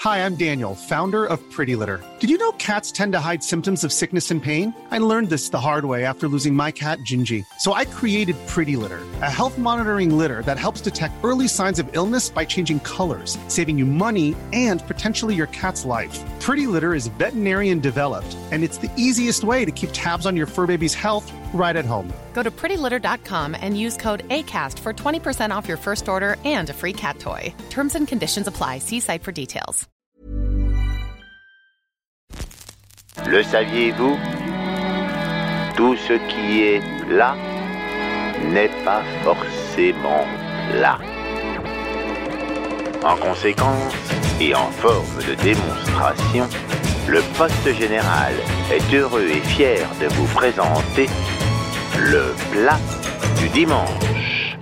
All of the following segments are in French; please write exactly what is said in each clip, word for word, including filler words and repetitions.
Hi, I'm Daniel, founder of Pretty Litter. Did you know cats tend to hide symptoms of sickness and pain? I learned this the hard way after losing my cat, Gingy. So I created Pretty Litter, a health monitoring litter that helps detect early signs of illness by changing colors, saving you money and potentially your cat's life. Pretty Litter is veterinarian developed, and it's the easiest way to keep tabs on your fur baby's health right at home. Go to pretty litter dot com and use code ACAST for twenty percent off your first order and a free cat toy. Terms and conditions apply. See site for details. Le saviez-vous? Tout ce qui est plat n'est pas forcément plat. En conséquence, et en forme de démonstration, le poste général est heureux et fier de vous présenter le plat du dimanche.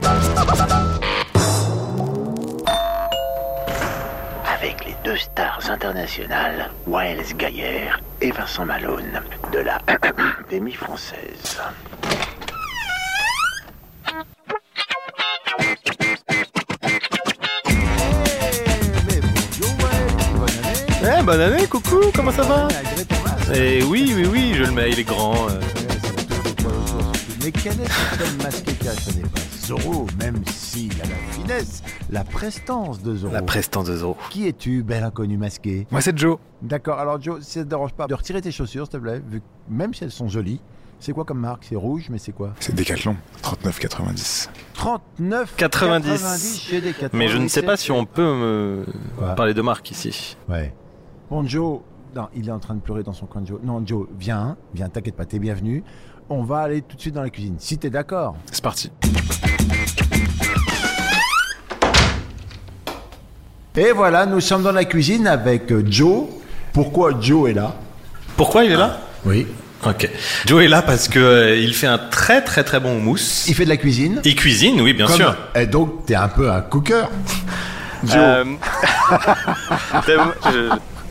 Avec les deux stars internationales, Waels Gaillère et Vincent Malone, de la Académie française. Eh, bonne année, coucou, comment ça va? Eh oui, oui, oui, je le mets, il est grand. Euh... Mais quel est cet homme masqué qui a ce n'est pas Zorro, même s'il a la finesse, la prestance de Zorro. La prestance de Zorro. Qui es-tu, bel inconnu masqué? Moi, c'est Joe. D'accord, alors Joe, si ça te dérange pas de retirer tes chaussures, s'il te plaît, vu que même si elles sont jolies. C'est quoi comme marque? C'est rouge, mais c'est quoi? C'est Decathlon, trente-neuf quatre-vingt-dix. trente-neuf quatre-vingt-dix chez Decathlon. Mais je ne sais pas si on peut me Quoi? parler de marque ici. Ouais. Bon, Joe, non, il est en train de pleurer dans son coin, Joe. Non, Joe, viens, viens, t'inquiète pas, t'es bienvenu. On va aller tout de suite dans la cuisine, si t'es d'accord. C'est parti. Et voilà, nous sommes dans la cuisine avec Joe. Pourquoi Joe est là? Pourquoi il est là? Oui. Ok. Joe est là parce que euh, il fait un très très très bon houmous. Il fait de la cuisine. Il cuisine, oui, bien Comme... sûr. Et donc, t'es un peu un cooker. Joe. Euh... je...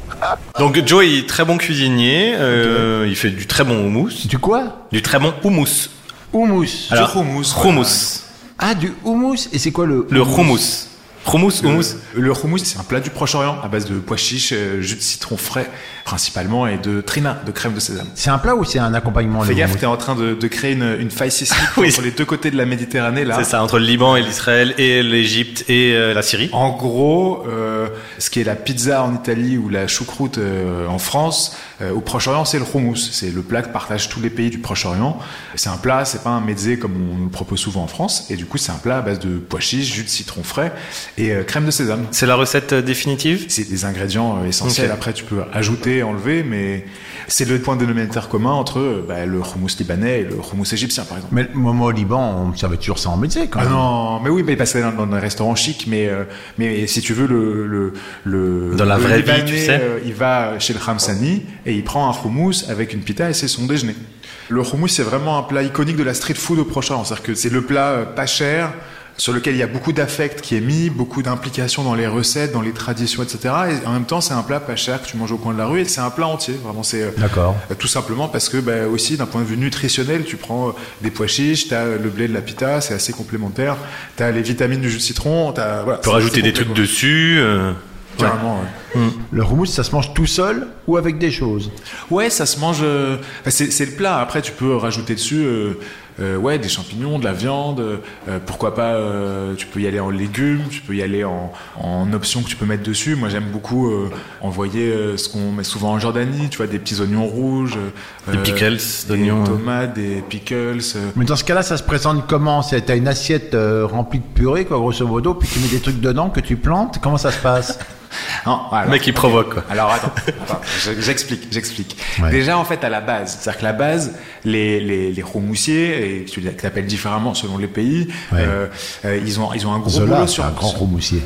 Donc Joe est très bon cuisinier. Euh, okay. Il fait du très bon houmous. Du quoi? Du très bon houmous. Houmous. Alors, du houmous. Houmous. Ah, du houmous. Et c'est quoi le Le houmous. Houmous, houmous. Le, le houmous, c'est un plat du Proche-Orient à base de pois chiches, jus de citron frais principalement et de trina, de crème de sésame. C'est un plat ou c'est un accompagnement? Fais gaffe, t'es en train de, de créer une, une faille sismique oui. entre les deux côtés de la Méditerranée là. C'est ça, entre le Liban et l'Israël et l'Égypte et euh, la Syrie. En gros, euh, ce qui est la pizza en Italie ou la choucroute euh, en France, euh, au Proche-Orient, c'est le houmous. C'est le plat que partagent tous les pays du Proche-Orient. C'est un plat, c'est pas un mezze comme on le propose souvent en France. Et du coup, c'est un plat à base de pois chiches, jus de citron frais et euh, crème de sésame. C'est la recette euh, définitive? C'est des ingrédients euh, essentiels. Okay. Après, tu peux ajouter, enlever, mais c'est le point dénominateur commun entre euh, bah, le houmous libanais et le houmous égyptien, par exemple. Mais moi, au Liban, on servait toujours ça en mezze, quand même. Ah non, mais oui, mais parce que dans, dans un restaurant chic, mais euh, mais si tu veux le le le dans la le vraie Libanais, vie, tu sais, euh, il va chez le Khamsani et il prend un houmous avec une pita et c'est son déjeuner. Le houmous, c'est vraiment un plat iconique de la street food au Proche-Orient. C'est-à-dire que c'est le plat euh, pas cher, sur lequel il y a beaucoup d'affect qui est mis, beaucoup d'implication dans les recettes, dans les traditions, et cetera. Et en même temps, c'est un plat pas cher que tu manges au coin de la rue et c'est un plat entier. Vraiment, c'est D'accord. Euh, tout simplement parce que bah, aussi d'un point de vue nutritionnel, tu prends euh, des pois chiches, t'as le blé de la pita, c'est assez complémentaire. T'as les vitamines du jus de citron. T'as, voilà, tu peux rajouter des trucs dessus. Euh... Carrément, ouais. Mmh. Le houmous, ça se mange tout seul ou avec des choses? Ouais, ça se mange. Euh, c'est, c'est le plat. Après, tu peux rajouter dessus. Euh, Euh, ouais, des champignons, de la viande, euh, pourquoi pas, euh, tu peux y aller en légumes, tu peux y aller en, en option que tu peux mettre dessus. Moi, j'aime beaucoup euh, envoyer euh, ce qu'on met souvent en Jordanie, tu vois, des petits oignons rouges, des euh, pickles d'oignons, des tomates, des pickles. Euh. Mais dans ce cas-là, ça se présente comment? C'est, t'as une assiette euh, remplie de purée, quoi, grosso modo, puis tu mets des trucs dedans que tu plantes. Comment ça se passe? Non, alors, le mec qui provoque, quoi. Alors attends, attends j'explique, j'explique. Ouais. Déjà en fait à la base, c'est-à-dire que la base, les les les houmoussiers, et tu l'appelles différemment selon les pays, ouais. euh, euh, ils ont ils ont un gros Zola, boulot sur un grand houmoussier.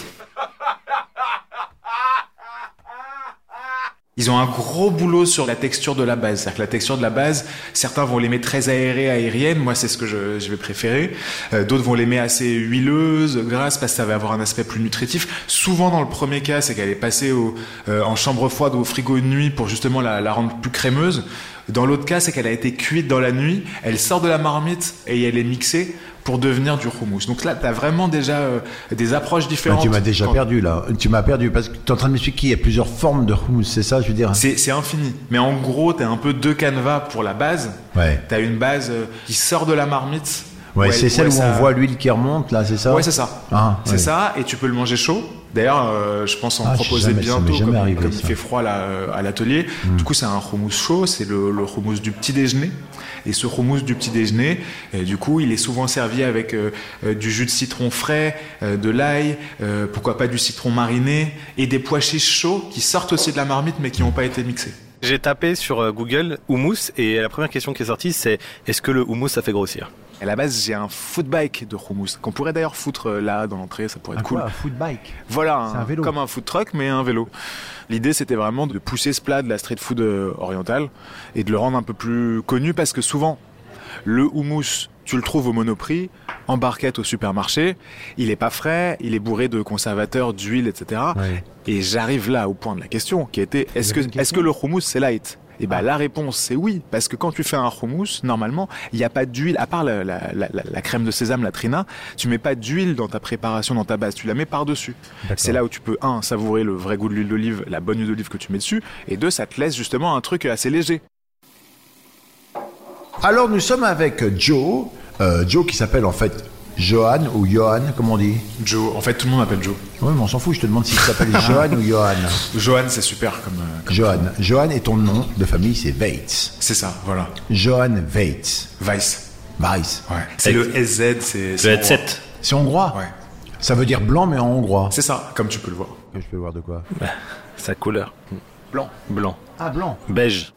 Ils ont un gros boulot sur la texture de la base. C'est-à-dire que la texture de la base, certains vont l'aimer très aérée, aérienne. Moi, c'est ce que je, je vais préférer. Euh, d'autres vont l'aimer assez huileuse, grasse, parce que ça va avoir un aspect plus nutritif. Souvent, dans le premier cas, c'est qu'elle est passée au, euh, en chambre froide ou au frigo une nuit pour justement la, la rendre plus crémeuse. Dans l'autre cas, c'est qu'elle a été cuite dans la nuit, elle sort de la marmite et elle est mixée pour devenir du houmous. Donc là, tu as vraiment déjà euh, des approches différentes. Ah, tu m'as déjà Quand... perdu là. Tu m'as perdu parce que tu es en train de m'expliquer qu'il y a plusieurs formes de houmous, c'est ça, je veux dire. C'est, c'est infini. Mais en gros, tu as un peu deux canevas pour la base. Ouais. Tu as une base euh, qui sort de la marmite. Ouais, elle, c'est celle où ça... on voit l'huile qui remonte là, c'est ça. Ouais, c'est ça. Ah, c'est ouais. ça, et tu peux le manger chaud. D'ailleurs, euh, je pense en ah, proposer jamais, bientôt, comme, arrivé, comme il fait froid là, à l'atelier. Mm. Du coup, c'est un houmous chaud, c'est le, le houmous du petit déjeuner. Et ce houmous du petit déjeuner, et du coup, il est souvent servi avec euh, euh, du jus de citron frais, euh, de l'ail, euh, pourquoi pas du citron mariné, et des pois chiches chauds qui sortent aussi de la marmite, mais qui n'ont pas été mixés. J'ai tapé sur Google houmous et la première question qui est sortie, c'est est-ce que le houmous ça fait grossir ? À la base, j'ai un food bike de houmous qu'on pourrait d'ailleurs foutre là dans l'entrée, ça pourrait être un cool. Quoi, un food bike. Voilà, c'est un, un vélo. Comme un food truck, mais un vélo. L'idée, c'était vraiment de pousser ce plat de la street food orientale et de le rendre un peu plus connu parce que souvent, le houmous, tu le trouves au Monoprix, en barquette au supermarché. Il est pas frais, il est bourré de conservateurs, d'huile, et cetera. Ouais. Et j'arrive là au point de la question qui était est-ce que, est-ce que le houmous c'est light ? Et ben, ah. la réponse c'est oui, parce que quand tu fais un houmous, normalement, il n'y a pas d'huile, à part la, la, la, la crème de sésame, la trina, tu mets pas d'huile dans ta préparation, dans ta base, tu la mets par-dessus. D'accord. C'est là où tu peux, un, savourer le vrai goût de l'huile d'olive, la bonne huile d'olive que tu mets dessus, et deux, ça te laisse justement un truc assez léger. Alors nous sommes avec Joe, euh, Joe qui s'appelle en fait Johan ou Johan, comment on dit ? Joe, en fait tout le monde m'appelle Joe. Oui, mais on s'en fout, je te demande s'il s'appelle Johan ou Johan. Johan, c'est super comme... comme Johan. Johan et ton nom de famille c'est Weitz. C'est ça, voilà. Johan Weitz. Weiss. Weiss. Ouais. C'est le S Z, c'est... C'est le sept. C'est hongrois ? Ouais. Ça veut dire blanc mais en hongrois. C'est ça, comme tu peux le voir. Je peux voir de quoi ? Bah, sa couleur. Blanc. Blanc. Ah, blanc. Beige.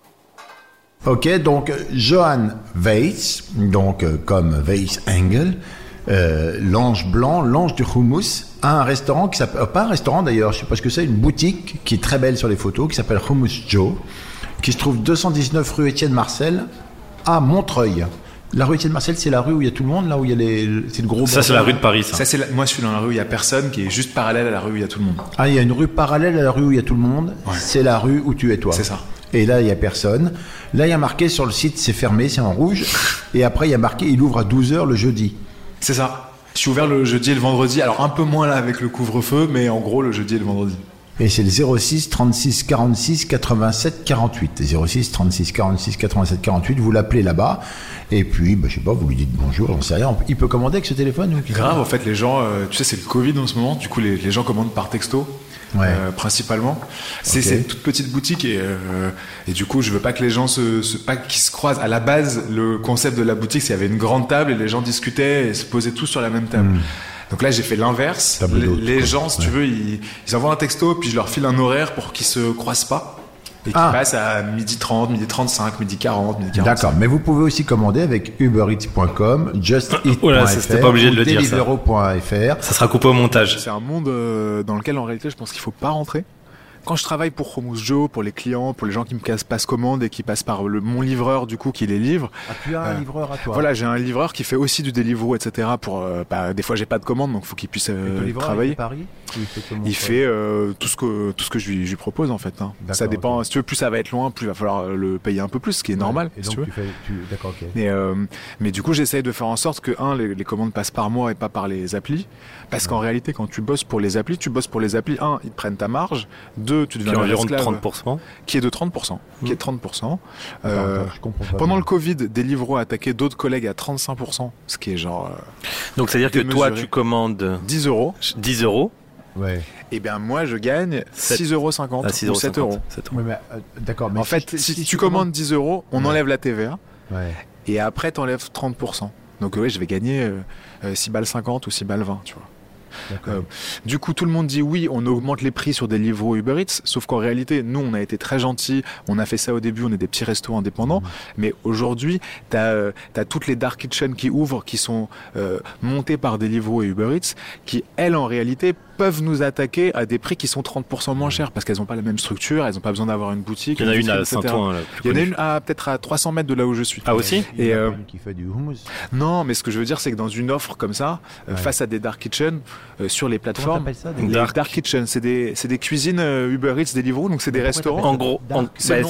Ok, donc Johan Weitz, donc euh, comme Weiss Engel, euh, l'ange blanc, l'ange du houmous, a un restaurant qui s'appelle, euh, pas un restaurant d'ailleurs, je sais pas ce que c'est, une boutique qui est très belle sur les photos, qui s'appelle Hummus Joe, qui se trouve deux cent dix-neuf rue Étienne Marcel à Montreuil. La rue Étienne Marcel, c'est la rue où il y a tout le monde, là où il y a les, c'est le gros. Ça, c'est la rue de Paris, ça. Ça c'est la... Moi, je suis dans la rue où il y a personne, qui est juste parallèle à la rue où il y a tout le monde. Ah, il y a une rue parallèle à la rue où il y a tout le monde. Ouais. C'est la rue où tu es toi. C'est ça. Et là, il n'y a personne. Là, il y a marqué sur le site, c'est fermé, c'est en rouge. Et après, il y a marqué, il ouvre à douze heures le jeudi. C'est ça. Je suis ouvert le jeudi et le vendredi. Alors, un peu moins là avec le couvre-feu, mais en gros, le jeudi et le vendredi. Et c'est le zéro six trente-six quarante-six quatre-vingt-sept quarante-huit. zéro six trente-six quarante-six quatre-vingt-sept quarante-huit. Vous l'appelez là-bas. Et puis, bah, je sais pas, vous lui dites bonjour, j'en sais rien. Il peut commander avec ce téléphone ou... Grave, en fait, les gens, euh, tu sais, c'est le Covid en ce moment. Du coup, les, les gens commandent par texto. Ouais. Euh, principalement. C'est, okay. c'est une toute petite boutique et, euh, et du coup, je veux pas que les gens se, se, pas qu'ils se croisent. À la base, le concept de la boutique, c'est qu'il y avait une grande table et les gens discutaient et se posaient tous sur la même table. Mmh. Donc là, j'ai fait l'inverse. Les, les gens, si ouais. tu veux, ils, ils envoient un texto, puis je leur file un horaire pour qu'ils se croisent pas. Et qui ah. passe à midi trente, midi trente-cinq, midi quarante, midi quarante. D'accord, mais vous pouvez aussi commander avec uber eats point com, just eat point f r, c'était pas obligé de le dire, deliveroo point f r. Ça sera coupé au montage. C'est un monde euh, dans lequel en réalité je pense qu'il faut pas rentrer. Quand je travaille pour Hummus Joe, pour les clients, pour les gens qui me passent commande et qui passent par le, mon livreur du coup qui les livre. Ah, tu as un euh, livreur à toi. Voilà, j'ai un livreur qui fait aussi du Deliveroo, et cetera. Pour, euh, bah, des fois j'ai pas de commande, donc il faut qu'il puisse euh, livreur, travailler. Il fait Paris il fait, il fait euh, tout ce que tout ce que je lui, je lui propose en fait. Hein. Ça dépend. Okay. Si tu veux, plus ça va être loin, plus il va falloir le payer un peu plus, ce qui est ouais, normal. Et si donc tu veux. Tu fais, tu... D'accord, ok. Mais, euh, mais du coup, j'essaye de faire en sorte que un, les, les commandes passent par moi et pas par les applis, parce ouais. qu'en réalité, quand tu bosses pour les applis, tu bosses pour les applis. Un, ils te prennent ta marge. Deux, tu deviens environ de trente pour cent. Qui est de trente pour cent. Mmh. Qui est de trente pour cent. Euh, attends, je comprends pas pendant bien. le Covid, Deliveroo a attaqué d'autres collègues à trente-cinq pour cent, ce qui est genre. Euh, Donc, c'est-à-dire que toi, tu commandes dix euros. dix euros. Ouais. Et bien moi je gagne six euros cinquante ou sept euros. Ouais, mais, euh, d'accord, mais en fait, si, si tu, tu commandes dix euros, on ouais. enlève la T V A. Ouais. Et après, tu enlèves trente pour cent. Donc, ouais, je vais gagner euh, euh, six balles cinquante ou six balles vingt, tu vois. Euh, du coup, tout le monde dit oui, on augmente les prix sur des Deliveroo Uber Eats, sauf qu'en réalité, nous, on a été très gentils, on a fait ça au début, on est des petits restos indépendants, mmh. mais aujourd'hui, tu as euh, toutes les dark kitchens qui ouvrent, qui sont euh, montées par Deliveroo et Uber Eats, qui, elles, en réalité, peuvent nous attaquer à des prix qui sont trente pour cent moins chers, parce qu'elles n'ont pas la même structure, elles n'ont pas besoin d'avoir une boutique. Il y en a une à et cetera. Saint-Ouen. Là, Il y en a une à peut-être à trois cents mètres de là où je suis. Ah aussi? Il y a euh, une qui fait du hummus. Non, mais ce que je veux dire, c'est que dans une offre comme ça, ouais. euh, face à des dark kitchens, euh, sur les plateformes, Comment t'appelles ça, des les dark... dark kitchens, c'est des, c'est des cuisines euh, Uber Eats, Deliveroo, donc c'est des restaurants. En gros, en, c'est, bah,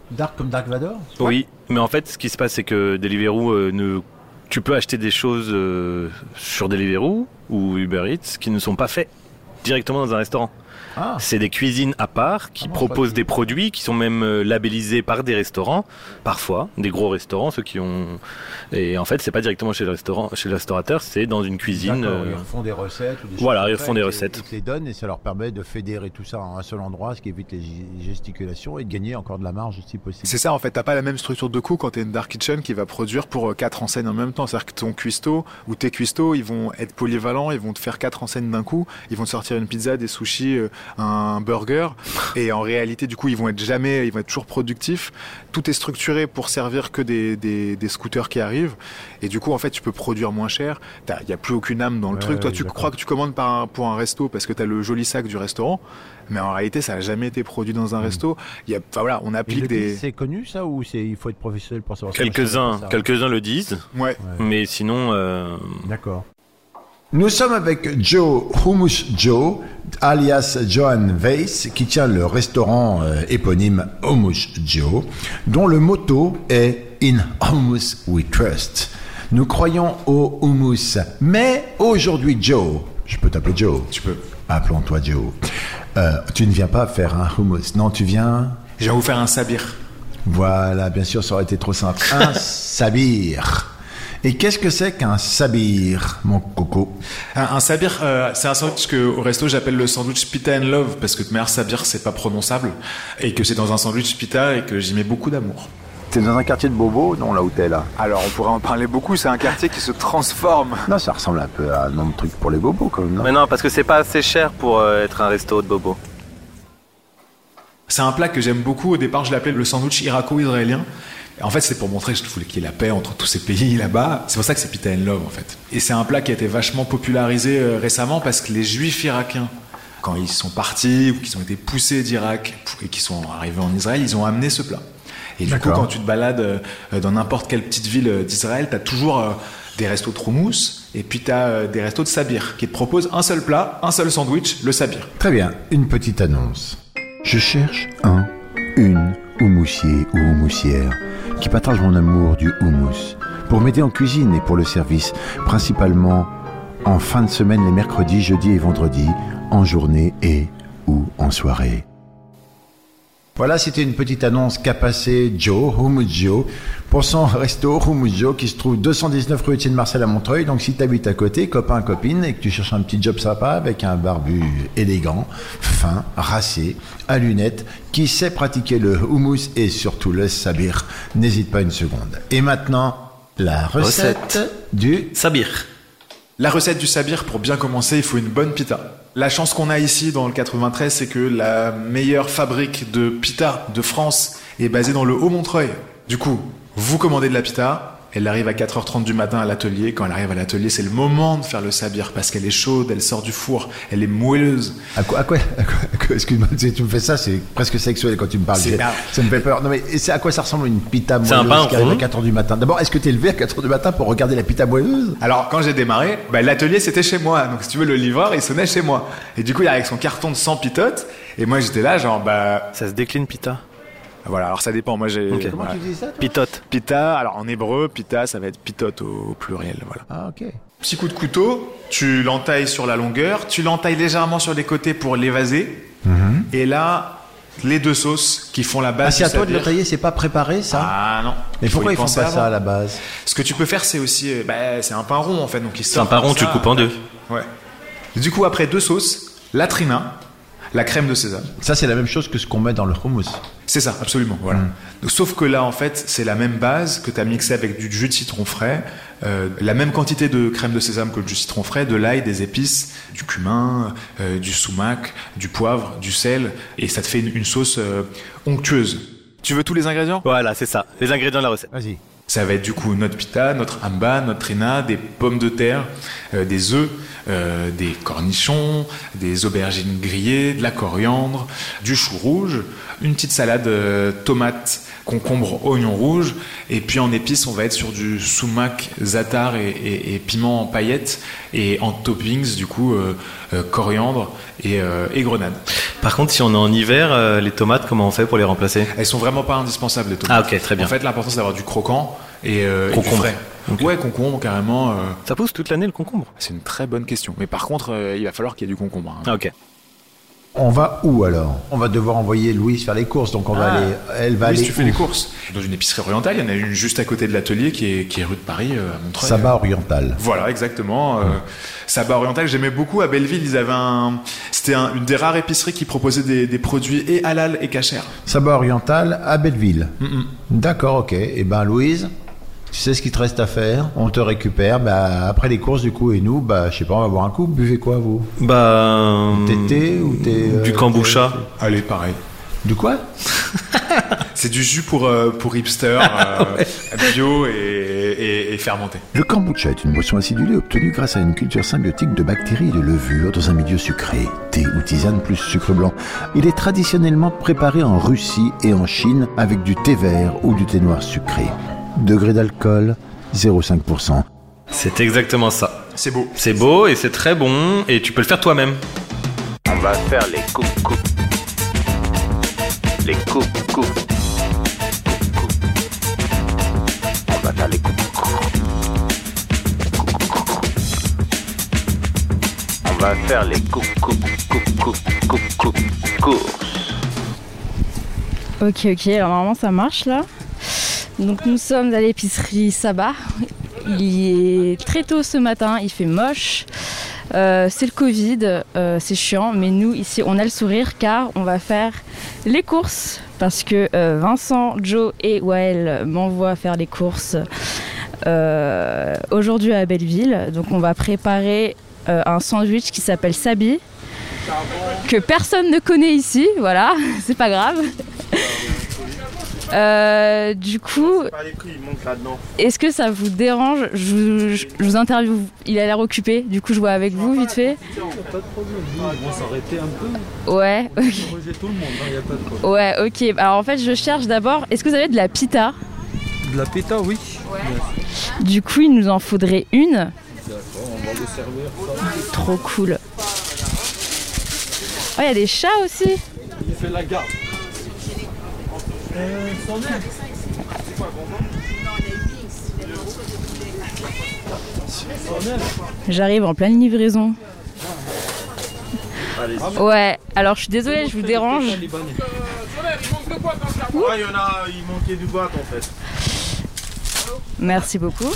Dark comme Dark Vador? Oui, mais en fait, ce qui se passe, c'est que Deliveroo euh, ne... Tu peux acheter des choses euh, sur Deliveroo ou Uber Eats qui ne sont pas faits directement dans un restaurant. Ah. C'est des cuisines à part qui ah bon, proposent des produits qui sont même euh, labellisés par des restaurants, parfois, des gros restaurants, ceux qui ont... Et en fait, c'est pas directement chez le restaurant, chez le restaurateur, c'est dans une cuisine... D'accord, euh... ils refont des recettes ou des choses Voilà, ils ça, refont des et, recettes. Ils te les donnent et ça leur permet de fédérer tout ça en un seul endroit, ce qui évite les gesticulations et de gagner encore de la marge si possible. C'est ça, en fait, t'as pas la même structure de coût quand t'es une dark kitchen qui va produire pour quatre enseignes en même temps. C'est-à-dire que ton cuistot ou tes cuistots, ils vont être polyvalents, ils vont te faire quatre enseignes d'un coup, ils vont te sortir une pizza, des sushis, un burger. Et en réalité, du coup, ils vont être jamais, ils vont être toujours productifs. Tout est structuré pour servir que des, des, des scooters qui arrivent. Et du coup, en fait, tu peux produire moins cher. Il n'y a plus aucune âme dans le ouais, truc. Toi, tu d'accord. crois que tu commandes par un, pour un resto parce que tu as le joli sac du restaurant. Mais en réalité, ça n'a jamais été produit dans un mmh. resto. Il y a, enfin voilà, on applique des. C'est connu ça ou c'est, il faut être professionnel pour savoir? Quelques-uns, ça, quelques-uns le disent. Ouais. ouais. Mais sinon. Euh... D'accord. Nous sommes avec Joe Hummus Joe, alias Johan Weiss, qui tient le restaurant euh, éponyme Hummus Joe, dont le motto est In Hummus We Trust. Nous croyons au hummus, mais aujourd'hui Joe, je peux t'appeler Joe? Tu peux. Appelons-toi Joe. Euh, tu ne viens pas faire un hummus, non, tu viens... Je viens vous faire un sabir. Voilà, bien sûr, ça aurait été trop simple. Un sabir. Et qu'est-ce que c'est qu'un sabir, mon coco? Un, un sabir, euh, c'est un sandwich que au resto j'appelle le sandwich pita and love parce que de manière sabir c'est pas prononçable et que c'est dans un sandwich pita et que j'y mets beaucoup d'amour. T'es dans un quartier de bobo, non, là où t'es là? Alors on pourrait en parler beaucoup, c'est un quartier qui se transforme. Non, ça ressemble un peu à un nom de truc pour les bobos quand même, non? Mais non, parce que c'est pas assez cher pour euh, être un resto de bobo. C'est un plat que j'aime beaucoup, au départ je l'appelais le sandwich irako-israélien. En fait, c'est pour montrer que je voulais qu'il y ait la paix entre tous ces pays là-bas. C'est pour ça que c'est Pita and Love, en fait. Et c'est un plat qui a été vachement popularisé euh, récemment parce que les juifs irakiens, quand ils sont partis ou qu'ils ont été poussés d'Irak et qu'ils sont arrivés en Israël, ils ont amené ce plat. Et du D'accord. coup, quand tu te balades euh, dans n'importe quelle petite ville d'Israël, t'as toujours euh, des restos de houmous et puis t'as euh, des restos de sabir qui te proposent un seul plat, un seul sandwich, le sabir. Très bien, une petite annonce. Je cherche un, une houmoussier ou houmoussière qui partage mon amour du houmous, pour m'aider en cuisine et pour le service, principalement en fin de semaine les mercredis, jeudis et vendredis, en journée et ou en soirée. Voilà, c'était une petite annonce qu'a passé Joe, Hummus Joe, pour son resto Hummus Joe qui se trouve deux cent dix-neuf rue Étienne Marcel à Montreuil. Donc si tu habites à côté, copain, copine, et que tu cherches un petit job sympa avec un barbu élégant, fin, racé, à lunettes, qui sait pratiquer le hummus et surtout le sabir, n'hésite pas une seconde. Et maintenant, la recette, recette du sabir. La recette du sabir, pour bien commencer, il faut une bonne pita. La chance qu'on a ici dans le quatre-vingt-treize, c'est que la meilleure fabrique de pita de France est basée dans le Haut-Montreuil. Du coup, vous commandez de la pita, elle arrive à quatre heures trente du matin à l'atelier. Quand elle arrive à l'atelier, c'est le moment de faire le sabir parce qu'elle est chaude, elle sort du four, elle est moelleuse. À quoi, à quoi, à quoi, à quoi excuse-moi, si tu me fais ça, c'est presque sexuel quand tu me parles. Ça me fait peur. Non mais c'est à quoi ça ressemble une pita moelleuse qui arrive à quatre heures du matin? D'abord, est-ce que t'es levé à quatre heures du matin pour regarder la pita moelleuse? Alors, quand j'ai démarré, bah, l'atelier c'était chez moi. Donc si tu veux, le livreur, il sonnait chez moi. Et du coup, il arrive avec son carton de cent pitotes. Et moi, j'étais là, genre, bah... Ça se décline pita? Voilà, alors ça dépend. Moi, j'ai. Okay. Comment voilà. Tu dis ça, toi? Pitote. Pita, alors en hébreu, pita, ça va être pitote au, au pluriel, voilà. Ah, ok. Petit coup de couteau, tu l'entailles sur la longueur, tu l'entailles légèrement sur les côtés pour l'évaser. Mm-hmm. Et là, les deux sauces qui font la base. Ah, c'est à toi de le tailler, c'est pas préparé, ça? Ah non. Mais pourquoi ils font pas avant. Ça à la base? Ce que tu peux faire, c'est aussi, bah, c'est un pain rond en fait, donc il sort. C'est un pain rond, tu le coupes en deux. Ouais. Du coup, après deux sauces, la trina. La crème de sésame. Ça, c'est la même chose que ce qu'on met dans le hummus. C'est ça, absolument. Voilà. Mm. Donc, sauf que là, en fait, c'est la même base que tu as mixé avec du jus de citron frais, euh, la même quantité de crème de sésame que le jus de citron frais, de l'ail, des épices, du cumin, euh, du sumac, du poivre, du sel, et ça te fait une, une sauce euh, onctueuse. Tu veux tous les ingrédients? Voilà, c'est ça. Les ingrédients de la recette. Vas-y. Ça va être du coup notre pita, notre amba, notre trina, des pommes de terre, euh, des œufs, euh, des cornichons, des aubergines grillées, de la coriandre, du chou rouge, une petite salade euh, tomate, concombre, oignon rouge, et puis en épices on va être sur du sumac, za'atar et, et, et piment en paillettes, et en toppings du coup euh, euh, coriandre et, euh, et grenade. Par contre, si on est en hiver, euh, les tomates, comment on fait pour les remplacer? Elles sont vraiment pas indispensables, les tomates. Ah ok, très bien. En fait, l'important c'est d'avoir du croquant et, euh, et du Concombre. frais. Okay. Ouais, concombre carrément. Euh... Ça pousse toute l'année le concombre? C'est une très bonne question. Mais par contre, euh, il va falloir qu'il y ait du concombre. Hein. Ah ok. On va où alors? On va devoir envoyer Louise faire les courses, donc on va Ah. aller. Elle va Louise, aller. tu fais où? les courses dans une épicerie orientale. Il y en a une juste à côté de l'atelier qui est, qui est rue de Paris, euh, à Montreuil. Sabah oriental. Voilà, exactement. Euh, Sabah oriental, j'aimais beaucoup. À Belleville, ils avaient un. C'était un, une des rares épiceries qui proposait des, des produits et halal et kasher. Sabah oriental à Belleville. Mm-mm. D'accord, ok. Et ben Louise, tu sais ce qu'il te reste à faire? On te récupère. Bah, après les courses du coup et nous, bah je sais pas, on va boire un coup. Buvez quoi vous? Bah. T'es thé ou t'es Du euh, kombucha. Allez, pareil. Du quoi? C'est du jus pour, euh, pour hipster, euh, bio et, et, et fermenté. Le kombucha est une boisson acidulée obtenue grâce à une culture symbiotique de bactéries et de levures dans un milieu sucré, thé ou tisane plus sucre blanc. Il est traditionnellement préparé en Russie et en Chine avec du thé vert ou du thé noir sucré. Degré d'alcool, zéro virgule cinq pour cent. C'est exactement ça. C'est beau. C'est beau et c'est très bon et tu peux le faire toi-même. On va faire les coupes coupes. Les coupes coupes. Coupes, coupes. On va faire les coupes coupes. On va faire les coupes coupes coupes coupes coupes coupes courses. Ok, ok, alors normalement ça marche là. Donc nous sommes à l'épicerie Sabah. Il est très tôt ce matin, il fait moche. Euh, c'est le Covid, euh, c'est chiant, mais nous ici on a le sourire car on va faire les courses parce que euh, Vincent, Joe et Wael m'envoient faire les courses euh, aujourd'hui à Belleville. Donc on va préparer euh, un sandwich qui s'appelle Sabi, que personne ne connaît ici, voilà, c'est pas grave. Euh, du coup, est-ce que ça vous dérange? je vous, je, je vous interviewe, il a l'air occupé, du coup je vois avec vous vite fait. Pas de problème, on va s'arrêter un peu. Ouais, ok. Tout le monde, il n'y a pas de problème. Ouais, ok. Alors en fait, je cherche d'abord, est-ce que vous avez de la pita? De la pita, oui. Ouais. Du coup, il nous en faudrait une. D'accord, on va le servir. Ça. Trop cool. Oh, il y a des chats aussi. Il fait la garde. Euh, J'arrive en pleine livraison. Ouais, alors je suis désolée, je vous dérange. Ah, il y en a, il manquait du boîte en fait. Merci beaucoup.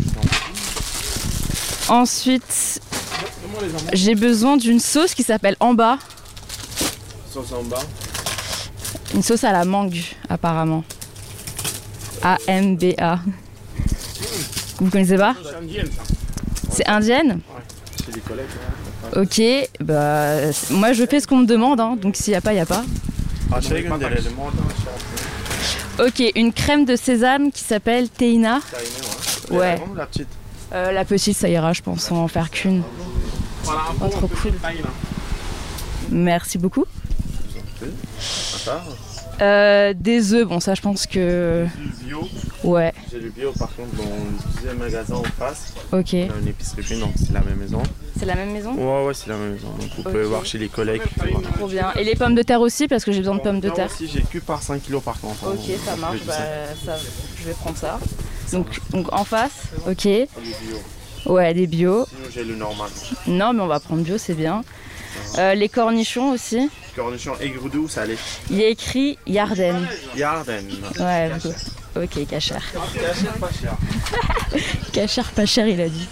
Ensuite, j'ai besoin d'une sauce qui s'appelle Amba. Sauce en bas. Une sauce à la mangue, apparemment. A M B A. Vous connaissez pas? C'est indienne ça. C'est indienne? Ouais, c'est des collègues. Ok, bah moi je fais ce qu'on me demande, hein, donc s'il n'y a pas, il n'y a pas. Ah, c'est pas des éléments. Ok, une crème de sésame qui s'appelle Teina. Ouais. Ouais. La grande ou la petite? Euh, la petite, ça ira, je pense, on va en faire qu'une. Voilà, un Oh, pot, trop un peu cool. de taille, là. Merci beaucoup. Ça part. Euh, des œufs, bon ça je pense que... Du bio. Ouais, J'ai du bio par contre dans le deuxième magasin en face. ok. On a une épicerie fine, donc c'est la même maison. C'est la même maison? Ouais, ouais, c'est la même maison. Donc vous pouvez Ok. voir chez les collègues. Trop bien. Et les pommes de terre aussi, parce que j'ai besoin de pommes de terre. aussi, j'ai que par cinq kilos par contre. Ok, Donc, ça je marche, dis bah, ça. ça, je vais prendre ça. Donc, donc en face, ok. Ah, les bio. Ouais, des bio. Sinon j'ai le normal. Non, mais on va prendre bio, c'est bien. Euh, les cornichons aussi. Cornichon aigre ou salé. Il y a écrit Yarden. Yarden. Ouais, beaucoup. Ok, cachère. Cachère pas cher. Cachère pas cher, il a dit.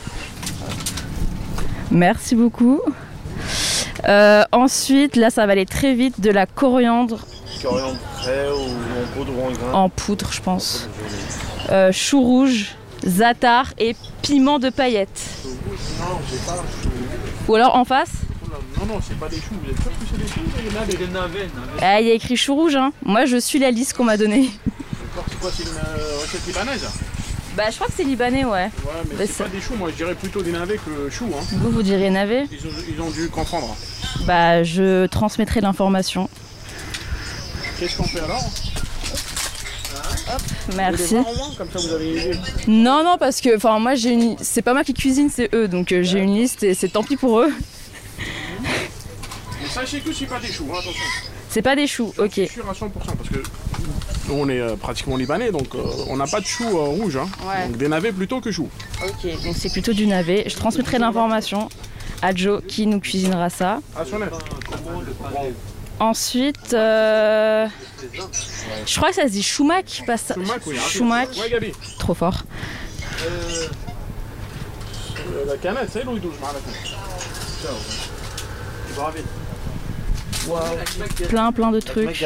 Merci beaucoup. Euh, ensuite, là, ça va aller très vite. De la coriandre Coriandre frais ou en poudre ou en grain. en poudre, je pense. Euh, chou rouge, zatar et piment de paillettes. Non, j'ai pas. Ou alors en face. Non, non, c'est pas des choux. Vous êtes sûr que c'est des choux? Il y en a des navets. Ah, il y a écrit chou rouge, hein. Moi, je suis la liste qu'on m'a donnée. C'est quoi, c'est une euh, recette libanaise? Bah, je crois que c'est libanais, ouais. Ouais, mais Bah, c'est ça- pas des choux. Moi, je dirais plutôt des navets que choux. Hein. Vous, vous diriez navet? Ils, ont, ils ont dû comprendre. Bah, je transmettrai l'information. Qu'est-ce qu'on fait alors? Merci. Vous voulez voir au moins, comme ça vous avez une idée. Non, non, parce que, enfin, moi, j'ai une... c'est pas moi qui cuisine, c'est eux. Donc, euh, j'ai une liste et c'est tant pis pour eux. Sachez que c'est pas des choux, hein, attention. C'est pas des choux, ok. C'est sûr à cent pour cent parce que nous on est euh, pratiquement libanais donc euh, on n'a pas de choux euh, rouges. Hein. Ouais. Donc des navets plutôt que choux. Ok, donc c'est plutôt du navet. Je transmettrai l'information à Joe qui nous cuisinera ça. À son aise. Ensuite, euh... je crois que ça se dit choumac, pas ça. Choumac, oui. Choumac. Ouais, Gabi. Trop fort. Euh... La canette, c'est l'eau douce, Plein, plein de trucs.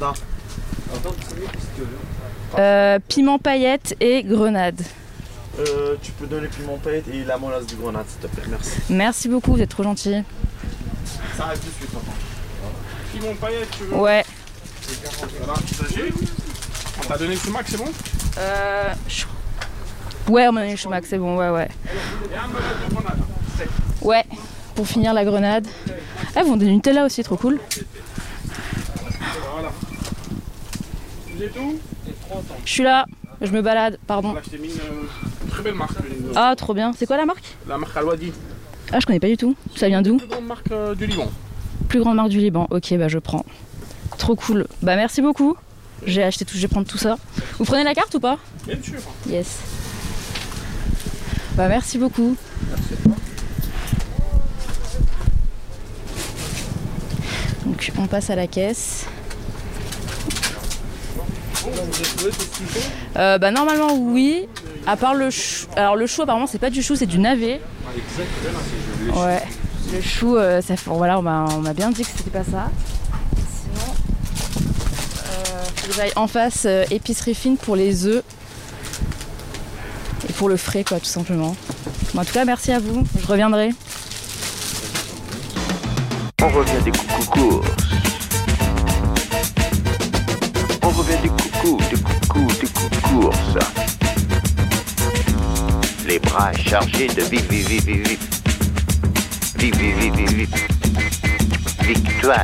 Euh, piment paillette et grenade. Euh, tu peux donner piment paillette et la molasse du grenade, s'il te plaît, merci. Merci beaucoup, vous êtes trop gentil. Ça arrive tout de suite, papa. Piment paillette, tu veux? Ouais. Voilà, on t'a donné le choumac, c'est bon? Euh... Ouais, on m'a donné le choumac, c'est bon, ouais, ouais. Et un melage de grenade. Ouais, pour finir la grenade. Ah, vous ont des Nutella aussi, trop cool. Voilà. Vous êtes où? Je suis là, je me balade, pardon. Là, je t'ai mis une très belle marque. Une... Ah, trop bien. C'est quoi la marque? La marque Al-Wadi. Ah, je connais pas du tout. Ça vient d'où? La plus grande marque euh, du Liban. Plus grande marque du Liban. Ok, bah je prends. Trop cool. Bah merci beaucoup. J'ai acheté tout, je vais prendre tout ça. Vous prenez la carte ou pas? Bien sûr. Yes. Bah merci beaucoup. Merci. Donc on passe à la caisse. Euh, bah normalement oui. À part le chou. Alors le chou apparemment c'est pas du chou, c'est du navet. Ouais. Le chou, euh, ça fait... voilà, on m'a, on m'a bien dit que c'était pas ça. Sinon, euh, faut que j'aille en face euh, épicerie fine pour les œufs et pour le frais quoi, tout simplement. Bon, en tout cas, merci à vous. Je reviendrai. On revient des coucou courses. On revient des coucou, des coucou, des coucou courses. Les bras chargés de vive, vive, vive, vive, vive. Vive, vive, vive, vive, vive. Victoire.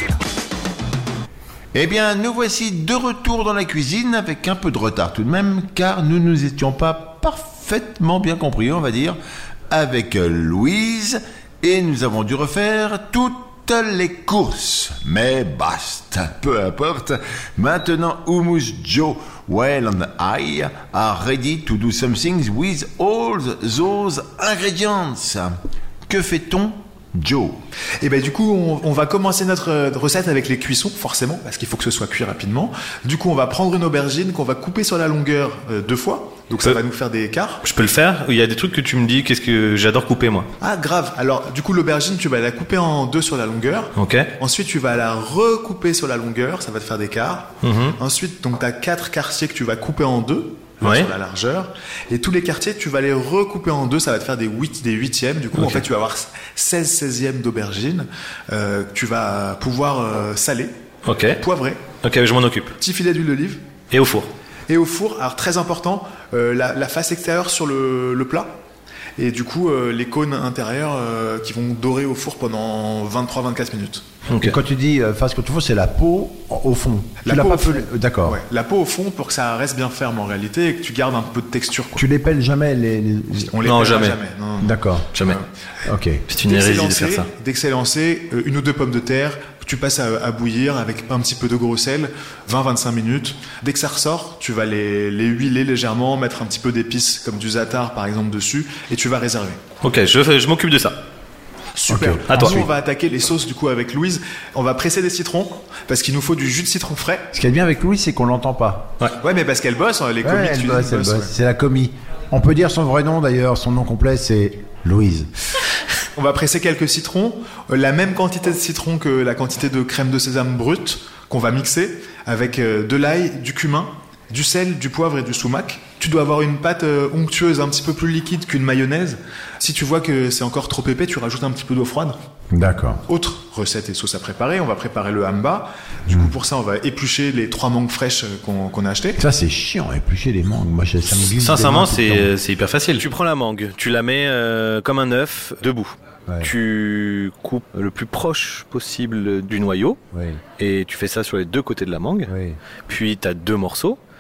Eh bien, nous voici de retour dans la cuisine avec un peu de retard tout de même, car nous ne nous étions pas parfaitement bien compris, on va dire, avec Louise, et nous avons dû refaire toutes les courses. Mais basta, peu importe. Maintenant, Hummus Joe Well and I are ready to do something with all those ingredients. Que fait-on, Joe? Et ben du coup, on, on va commencer notre recette avec les cuissons, forcément, parce qu'il faut que ce soit cuit rapidement. Du coup, on va prendre une aubergine qu'on va couper sur la longueur euh, deux fois. Donc ça euh, va nous faire des quarts. Je peux le faire? Il y a des trucs que tu me dis, qu'est-ce que j'adore couper moi. Ah grave. Alors du coup, l'aubergine, tu vas la couper en deux sur la longueur. Ok. Ensuite, tu vas la recouper sur la longueur, ça va te faire des quarts. Mm-hmm. Ensuite, donc tu as quatre quartiers que tu vas couper en deux. Ouais. Sur la largeur, et tous les quartiers tu vas les recouper en deux, ça va te faire des huit, des huitièmes. Du coup, okay. En fait, tu vas avoir seize seizièmes d'aubergine euh, que tu vas pouvoir euh, saler, okay. poivrer. Ok, je m'en occupe. Petit filet d'huile d'olive. Et au four. Et au four. Alors très important, euh, la, la face extérieure sur le, le plat. Et du coup, euh, les cônes intérieurs euh, qui vont dorer au four pendant vingt-trois à vingt-quatre minutes. Okay. Et quand tu dis euh, face que tu fous, c'est la peau au fond. La tu l'as peau pas au fond. pelé. D'accord. Ouais. La peau au fond pour que ça reste bien ferme en réalité et que tu gardes un peu de texture. Quoi. Tu les pelles jamais les, les... On les non, pellera jamais. jamais. Non, non. D'accord. Jamais. Euh, ok. C'est une hérésie de faire ça. Dès que c'est lancé, euh, une ou deux pommes de terre. Tu passes à, à bouillir avec un petit peu de gros sel, vingt à vingt-cinq minutes. Dès que ça ressort, tu vas les, les huiler légèrement, mettre un petit peu d'épices comme du za'atar par exemple dessus, et tu vas réserver. Ok, je, je m'occupe de ça. Super. Okay. À toi. Nous, on va attaquer les sauces du coup avec Louise. On va presser des citrons parce qu'il nous faut du jus de citron frais. Ce qui est bien avec Louise, c'est qu'on l'entend pas. Ouais, ouais mais parce qu'elle bosse, les commis ouais, de elle bosse, elle bosse. Ouais. C'est la commis. On peut dire son vrai nom d'ailleurs, son nom complet c'est Louise. On va presser quelques citrons, euh, la même quantité de citron que la quantité de crème de sésame brute qu'on va mixer avec euh, de l'ail, du cumin, du sel, du poivre et du sumac. Tu dois avoir une pâte euh, onctueuse un petit peu plus liquide qu'une mayonnaise. Si tu vois que c'est encore trop épais, tu rajoutes un petit peu d'eau froide. D'accord. Autre recette et sauce à préparer, on va préparer le hamba. Du mmh. coup, pour ça, on va éplucher les trois mangues fraîches qu'on, qu'on a achetées. Ça, c'est chiant, éplucher les mangues. Moi, ça me glisse. Sincèrement, c'est, c'est hyper facile. Tu prends la mangue, tu la mets euh, comme un œuf debout. Ouais. Tu coupes le plus proche possible du noyau. Oui. Et tu fais ça sur les deux côtés de la mangue. Oui. Puis tu as deux morceaux.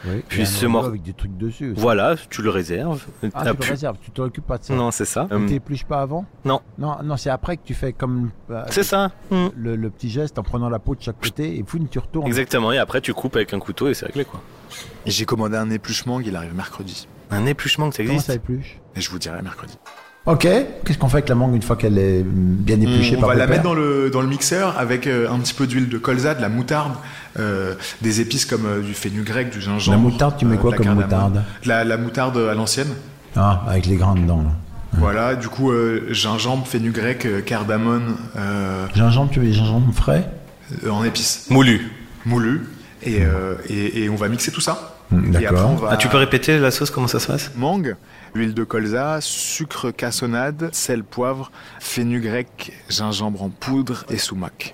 Oui, Puis ce morceau avec des trucs dessus. Aussi. Voilà, tu le réserves. Ah, tu pu... le réserves, tu t'occupes pas de ça. Non, c'est ça. Tu t'épluches pas avant? Non. Non, non, c'est après que tu fais comme. Euh, c'est ça. Le, le, le petit geste en prenant la peau de chaque côté et fouine, tu retournes. Exactement. Et après, tu coupes avec un couteau et c'est réglé, quoi. Et j'ai commandé un épluchement, il arrive mercredi. Un épluchement, que ça existe? Comment ça épluche? Et je vous dirai mercredi. Ok, qu'est-ce qu'on fait avec la mangue une fois qu'elle est bien épluchée? On par va la père mettre dans le, dans le mixeur avec euh, un petit peu d'huile de colza, de la moutarde, euh, des épices comme euh, du fenugrec, du gingembre. La moutarde, tu mets quoi euh, comme moutarde? la, la moutarde à l'ancienne. Ah, avec les grains dedans. Là. Voilà, du coup, euh, gingembre, fenugrec, euh, cardamone. Euh, gingembre, tu veux des gingembre frais? euh, En épices. Moulu. Moulu. Et, euh, et, et on va mixer tout ça. D'accord. Va... Ah, tu peux répéter la sauce, comment ça se passe? Mangue, huile de colza, sucre cassonade, sel, poivre, fenugrec, gingembre en poudre et sumac.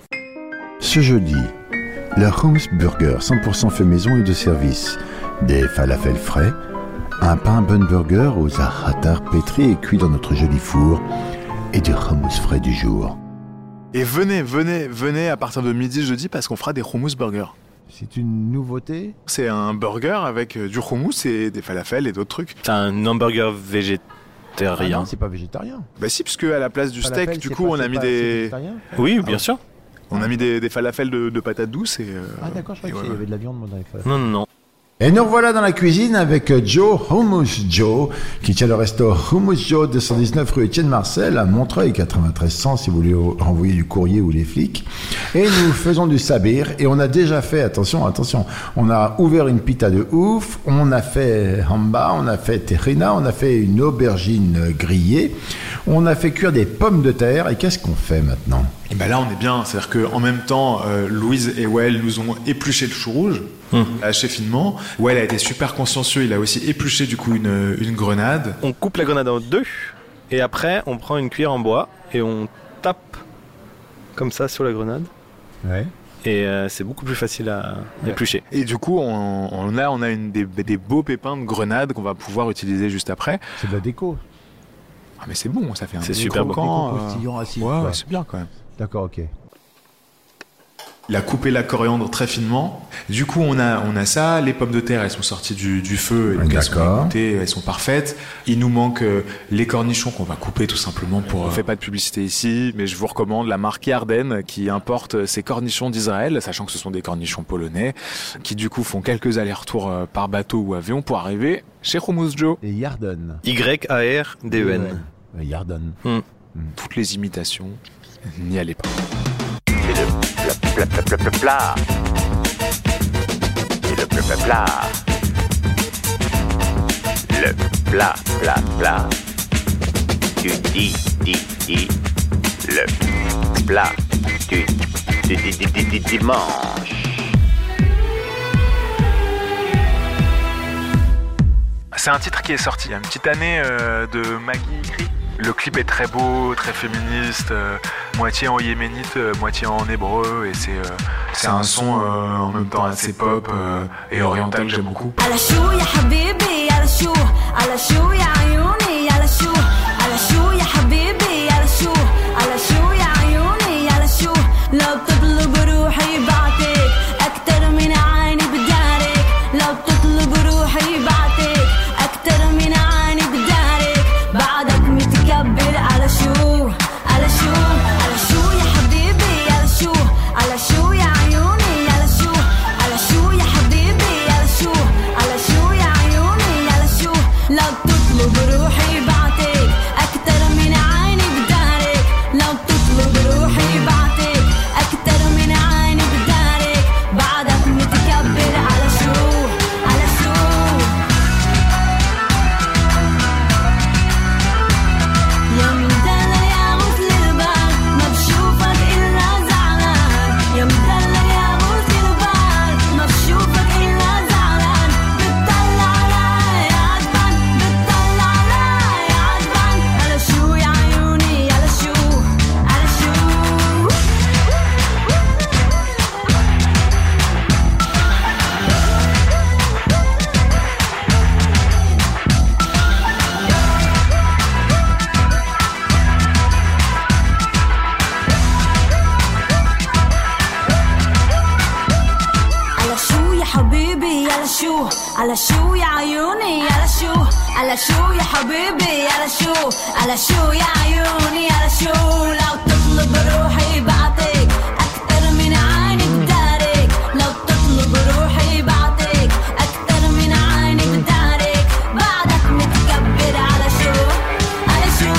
Ce jeudi, le hummus burger cent pour cent fait maison et de service. Des falafels frais, un pain bun burger aux za'atar pétris et cuit dans notre joli four et du hummus frais du jour. Et venez, venez, venez à partir de midi jeudi parce qu'on fera des hummus burgers. C'est une nouveauté? C'est un burger avec du hummus et des falafels et d'autres trucs. C'est un hamburger végétarien. Ah non, c'est pas végétarien. Bah si, parce qu'à la place du falafel, steak, du coup, pas, on a mis pas, des... Oui, bien ah, sûr. On a mis des, des falafels de, de patates douces et... Euh... Ah d'accord, je croyais qu'il y avait de la viande dans les falafels. Non, non, non. Et nous revoilà dans la cuisine avec Joe, Hummus Joe, qui tient le resto Hummus Joe, deux cent dix-neuf rue Étienne Marcel, à Montreuil, quatre-vingt-treize cents, si vous voulez renvoyer du courrier ou les flics. Et nous faisons du sabir, et on a déjà fait, attention, attention, on a ouvert une pita de ouf, on a fait hamba, on a fait terrina, on a fait une aubergine grillée, on a fait cuire des pommes de terre, et qu'est-ce qu'on fait maintenant? Et ben là, on est bien, c'est-à-dire qu'en même temps, euh, Louise et Well nous ont épluché le chou rouge, hum. haché finement. Well a été super consciencieux, il a aussi épluché du coup une, une grenade. On coupe la grenade en deux, et après, on prend une cuillère en bois, et on tape comme ça sur la grenade. Ouais. Et euh, c'est beaucoup plus facile à ouais. éplucher. Et du coup, on, on a, on a une, des, des beaux pépins de grenade qu'on va pouvoir utiliser juste après. C'est de la déco. Ah mais c'est bon, ça fait un c'est super croquant, bon. Euh... Assis, ouais, ouais, c'est bien quand même. D'accord, ok. Il a coupé la coriandre très finement. Du coup, on a, on a ça. Les pommes de terre, elles sont sorties du, du feu. Et donc elles sont goûtées, elles sont parfaites. Il nous manque euh, les cornichons qu'on va couper tout simplement pour... On ne fait pas de publicité ici, mais je vous recommande la marque Yarden qui importe ces cornichons d'Israël, sachant que ce sont des cornichons polonais, qui du coup font quelques allers-retours euh, par bateau ou avion pour arriver chez Hummus Joe. Et Yarden. Y A R D E N. Yarden. Hmm. Hmm. Toutes les imitations, n'y allez pas. C'est le plat, plat, plat, plat, plat. C'est le plat, plat, plat. Le plat, plat, plat. Tu dis, dis, dis. Le plat du, du, du, du, du, du dimanche. C'est un titre qui est sorti il y a une petite année euh, de Maggie Cree. Le clip est très beau, très féministe, euh, moitié en yéménite, euh, moitié en hébreu, et c'est, euh, c'est un son euh, en même temps assez pop euh, et oriental que j'aime beaucoup. لو تطلب روحي شو على شو يا عيوني على شو على شو يا حبيبي على شو على شو يا عيوني على شو لو تطلب روحي بعطيك أكتر من عيني بدارك لو تطلب روحي بعطيك أكتر من عيني بدارك بعدك متكبر على شو على شو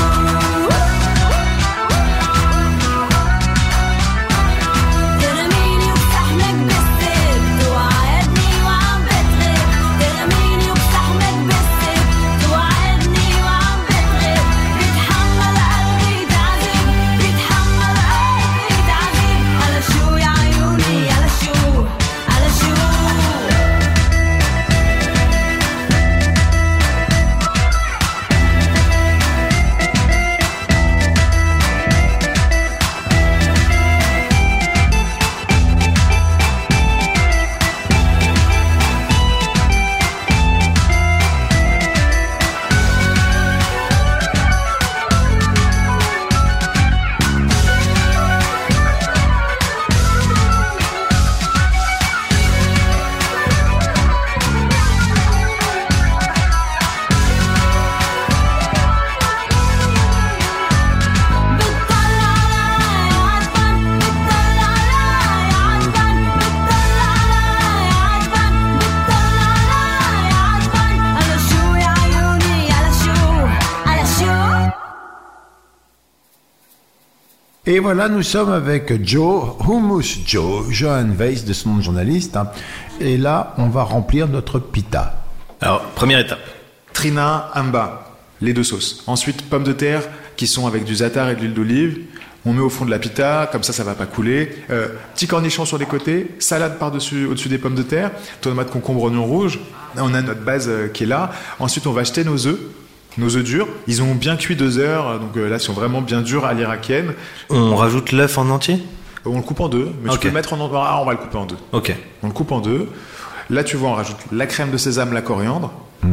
ترميني وبسحنك بالسيف توعدني وعم بتغيب ترميني وبسحنك بالسيف توعدني وعم بتغيب بيتحمل قلبي تعذيب بيتحمل قلبي تعذيب على شو يا عيوني على شو على شو Et voilà, nous sommes avec Joe, Hummus Joe, Johan Weiss de son nom de journaliste. Hein. Et là, on va remplir notre pita. Alors, première étape. Trina, amba, les deux sauces. Ensuite, pommes de terre qui sont avec du za'atar et de l'huile d'olive. On met au fond de la pita, comme ça, ça va pas couler. Euh, petit cornichon sur les côtés, salade par-dessus, au-dessus des pommes de terre, tomate, concombre, oignon rouge. On a notre base euh, qui est là. Ensuite, on va acheter nos œufs. Nos œufs durs, ils ont bien cuit deux heures, donc euh, là, ils sont vraiment bien durs à l'irakienne. On rajoute l'œuf en entier ? On le coupe en deux, mais okay. tu peux le mettre en entier. Ah, on va le couper en deux. Ok. On le coupe en deux. Là, tu vois, on rajoute la crème de sésame, la coriandre. Mm.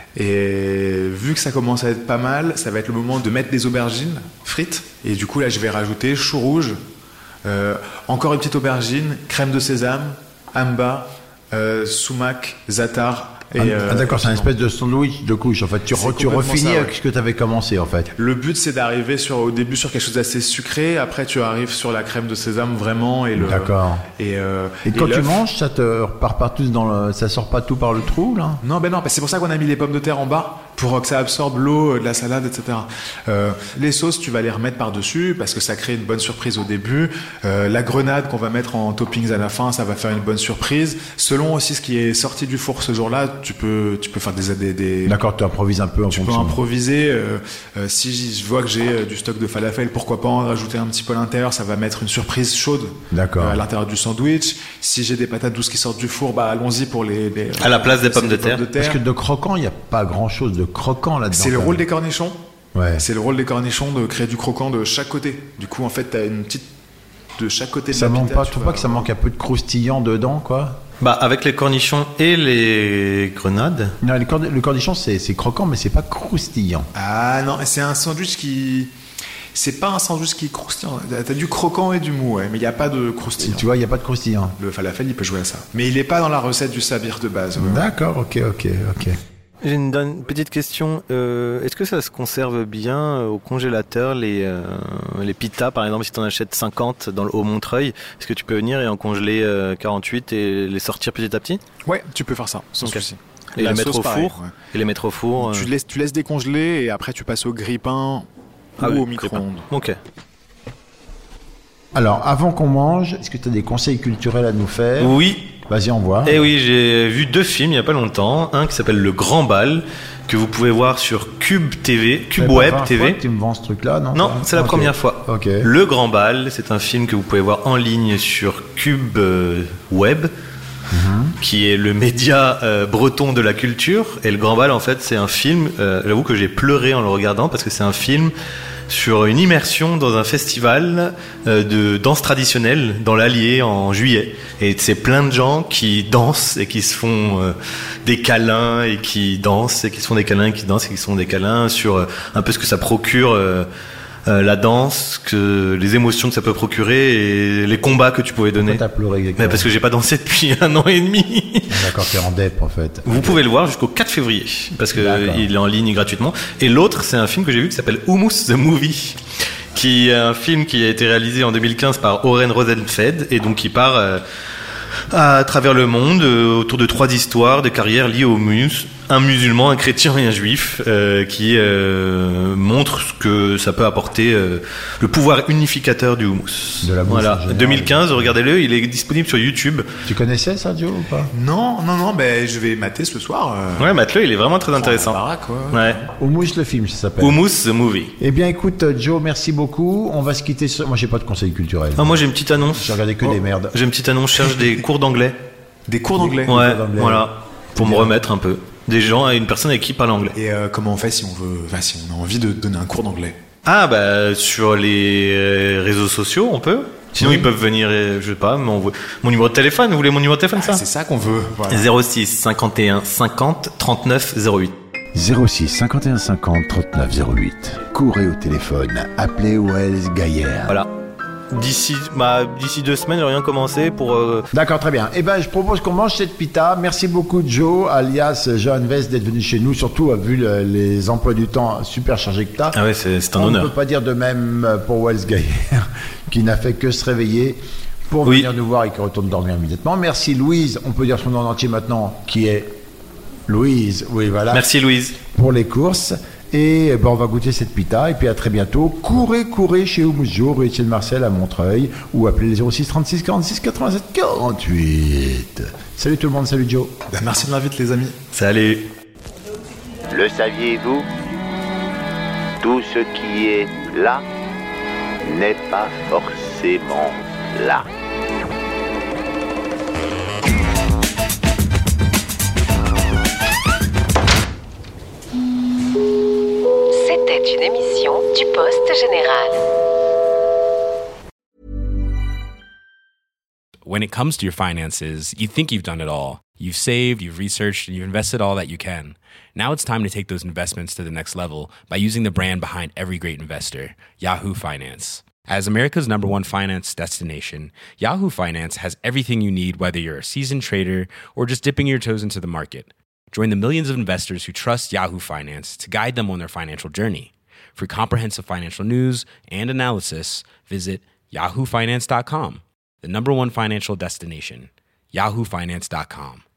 Et vu que ça commence à être pas mal, ça va être le moment de mettre des aubergines frites. Et du coup, là, je vais rajouter chou rouge, euh, encore une petite aubergine, crème de sésame, amba, euh, sumac, za'atar. Et ah, euh, d'accord, c'est un espèce de sandwich de couche. En fait, tu, re, tu refinis ça, ouais. avec ce que tu avais commencé, en fait. Le but, c'est d'arriver sur, au début sur quelque chose d'assez sucré. Après, tu arrives sur la crème de sésame vraiment et le. D'accord. Et, euh, et quand et tu manges, ça te repart partout dans le, ça sort pas tout par le trou, là. Non, ben non, c'est pour ça qu'on a mis les pommes de terre en bas pour que ça absorbe l'eau de la salade, et cetera. Euh, les sauces, tu vas les remettre par dessus parce que ça crée une bonne surprise au début. Euh, la grenade qu'on va mettre en toppings à la fin, ça va faire une bonne surprise. Selon aussi ce qui est sorti du four ce jour-là, tu peux, tu peux faire des, des, des... D'accord, tu improvises un peu en tu fonction. Tu peux improviser. Euh, euh, si je vois que j'ai euh, du stock de falafel, pourquoi pas en rajouter un petit peu à l'intérieur. Ça va mettre une surprise chaude. D'accord. Euh, à l'intérieur du sandwich. Si j'ai des patates douces qui sortent du four, bah allons-y pour les, les à la place des pommes de, terre. pommes de terre. Parce que de croquant, il n'y a pas grand-chose de croquant là-dedans. C'est le rôle des cornichons. Ouais. C'est le rôle des cornichons de créer du croquant de chaque côté. Du coup, en fait, t'as une petite de chaque côté de ça la manque pita. Pas, tu trouves pas que ça manque un peu de croustillant dedans, quoi? Bah, avec les cornichons et les grenades. Non, les corn- le cornichon, c'est, c'est croquant, mais c'est pas croustillant. Ah non, c'est un sandwich qui. C'est pas un sandwich qui est croustillant. T'as du croquant et du mou, ouais, mais il n'y a pas de croustillant. Et tu vois, il n'y a pas de croustillant. Le falafel, il peut jouer à ça. Mais il n'est pas dans la recette du sabir de base. Ouais. D'accord, ok, ok, ok. J'ai une, une petite question. Euh, est-ce que ça se conserve bien au congélateur, les, euh, les pitas, par exemple, si tu en achètes cinquante dans le Haut-Montreuil, est-ce que tu peux venir et en congeler euh, quarante-huit et les sortir petit à petit ? Ouais, tu peux faire ça, sans okay. souci. Et les mettre au pareil, four ouais. Et les mettre au four. Tu, euh... laisses, tu laisses décongeler et après tu passes au grille-pain ah ou oui, au micro-ondes. Ok. Alors, avant qu'on mange, est-ce que tu as des conseils culturels à nous faire ? Oui. Vas-y, on voit. Eh oui, j'ai vu deux films il n'y a pas longtemps. Un qui s'appelle Le Grand Bal, que vous pouvez voir sur Cube T V, Cube Web T V. Tu me vends ce truc-là, non ? Non, c'est la okay. première fois. Okay. Le Grand Bal, c'est un film que vous pouvez voir en ligne sur Cube euh, Web, mm-hmm. qui est le média euh, breton de la culture. Et Le Grand Bal, en fait, c'est un film, euh, j'avoue que j'ai pleuré en le regardant, parce que c'est un film sur une immersion dans un festival euh, de danse traditionnelle dans l'Allier en juillet. Et c'est plein de gens qui dansent et qui se font euh, des câlins et qui dansent et qui se font des câlins et qui dansent et qui se font des câlins sur euh, un peu ce que ça procure euh, euh, la danse, que les émotions que ça peut procurer et les combats que tu pouvais donner. Pourquoi t'as pleuré exactement? Mais parce que j'ai pas dansé depuis un an et demi. D'accord, t'es en dep en fait. Vous pouvez le voir jusqu'au quatre février parce que D'accord. il est en ligne gratuitement. Et l'autre, c'est un film que j'ai vu qui s'appelle Hummus the Movie, qui est un film qui a été réalisé en deux mille quinze par Oren Rosenfeld et donc qui part euh, à travers le monde euh, autour de trois histoires de carrières liées au mus, un musulman, un chrétien et un juif, euh, qui euh, montrent ce que ça peut apporter, euh, le pouvoir unificateur du houmous. De la mousse voilà, en général. deux mille quinze, regardez-le, il est disponible sur YouTube. Tu connaissais ça, Joe, ou pas? Non, non, non, ben je vais mater ce soir. Euh... Ouais, mate-le, il est vraiment très intéressant. Baraque, ouais. Ouais. Hummus le film, ça s'appelle. Hummus the Movie. Eh bien, écoute, Joe, merci beaucoup. On va se quitter. Sur... Moi, j'ai pas de conseil culturel. Ah, moi, j'ai une petite annonce. J'ai regardé que Oh, des merdes. J'ai une petite annonce, je cherche des cours d'anglais. Des cours d'anglais. Ouais, cours d'anglais. voilà. Pour me remettre un peu. Des gens, une personne avec qui parle anglais. Et euh, comment on fait si on veut, enfin, si on a envie de donner un cours d'anglais? Ah, bah, sur les euh, réseaux sociaux, on peut. Sinon, Oui. ils peuvent venir, euh, je sais pas, m'envoyer mon numéro de téléphone. Vous voulez mon numéro de téléphone, ça? Ah, c'est ça qu'on veut. Voilà. zéro six cinquante et un cinquante trente-neuf zéro huit. zéro six cinquante et un cinquante trente-neuf zéro huit. Courez au téléphone, appelez Wells Gaillard. Voilà. D'ici, bah, d'ici deux semaines, rien commencé pour. Euh... D'accord, très bien. Eh ben, je propose qu'on mange cette pita. Merci beaucoup, Joe, alias Johan Vest, d'être venu chez nous, surtout vu le- les emplois du temps super chargés que t'as. Ah ouais, c'est, c'est un On honneur. ne peut pas dire de même pour Wells Gaillard, qui n'a fait que se réveiller pour Oui. venir nous voir et qui retourne dormir immédiatement. Merci, Louise. On peut dire son nom en entier maintenant, qui est Louise. Oui, voilà. Merci, Louise. Pour les courses. Et eh ben, on va goûter cette pita. Et puis à très bientôt. Courez, courez chez Hummus Joe, rue Étienne Marcel à Montreuil. Ou appelez les zéro six trente-six quarante-six quatre-vingt-sept quarante-huit. Salut tout le monde, salut Joe. Ben, merci de l'invite, les amis. Salut. Le saviez-vous? Tout ce qui est là n'est pas forcément là. C'était une émission du Poste Général. When it comes to your finances, you think you've done it all. You've saved, you've researched, and you've invested all that you can. Now it's time to take those investments to the next level by using the brand behind every great investor, Yahoo Finance. As America's number one finance destination, Yahoo Finance has everything you need, whether you're a seasoned trader or just dipping your toes into the market. Join the millions of investors who trust Yahoo Finance to guide them on their financial journey. For comprehensive financial news and analysis, visit yahoo finance dot com, the number one financial destination, yahoo finance dot com.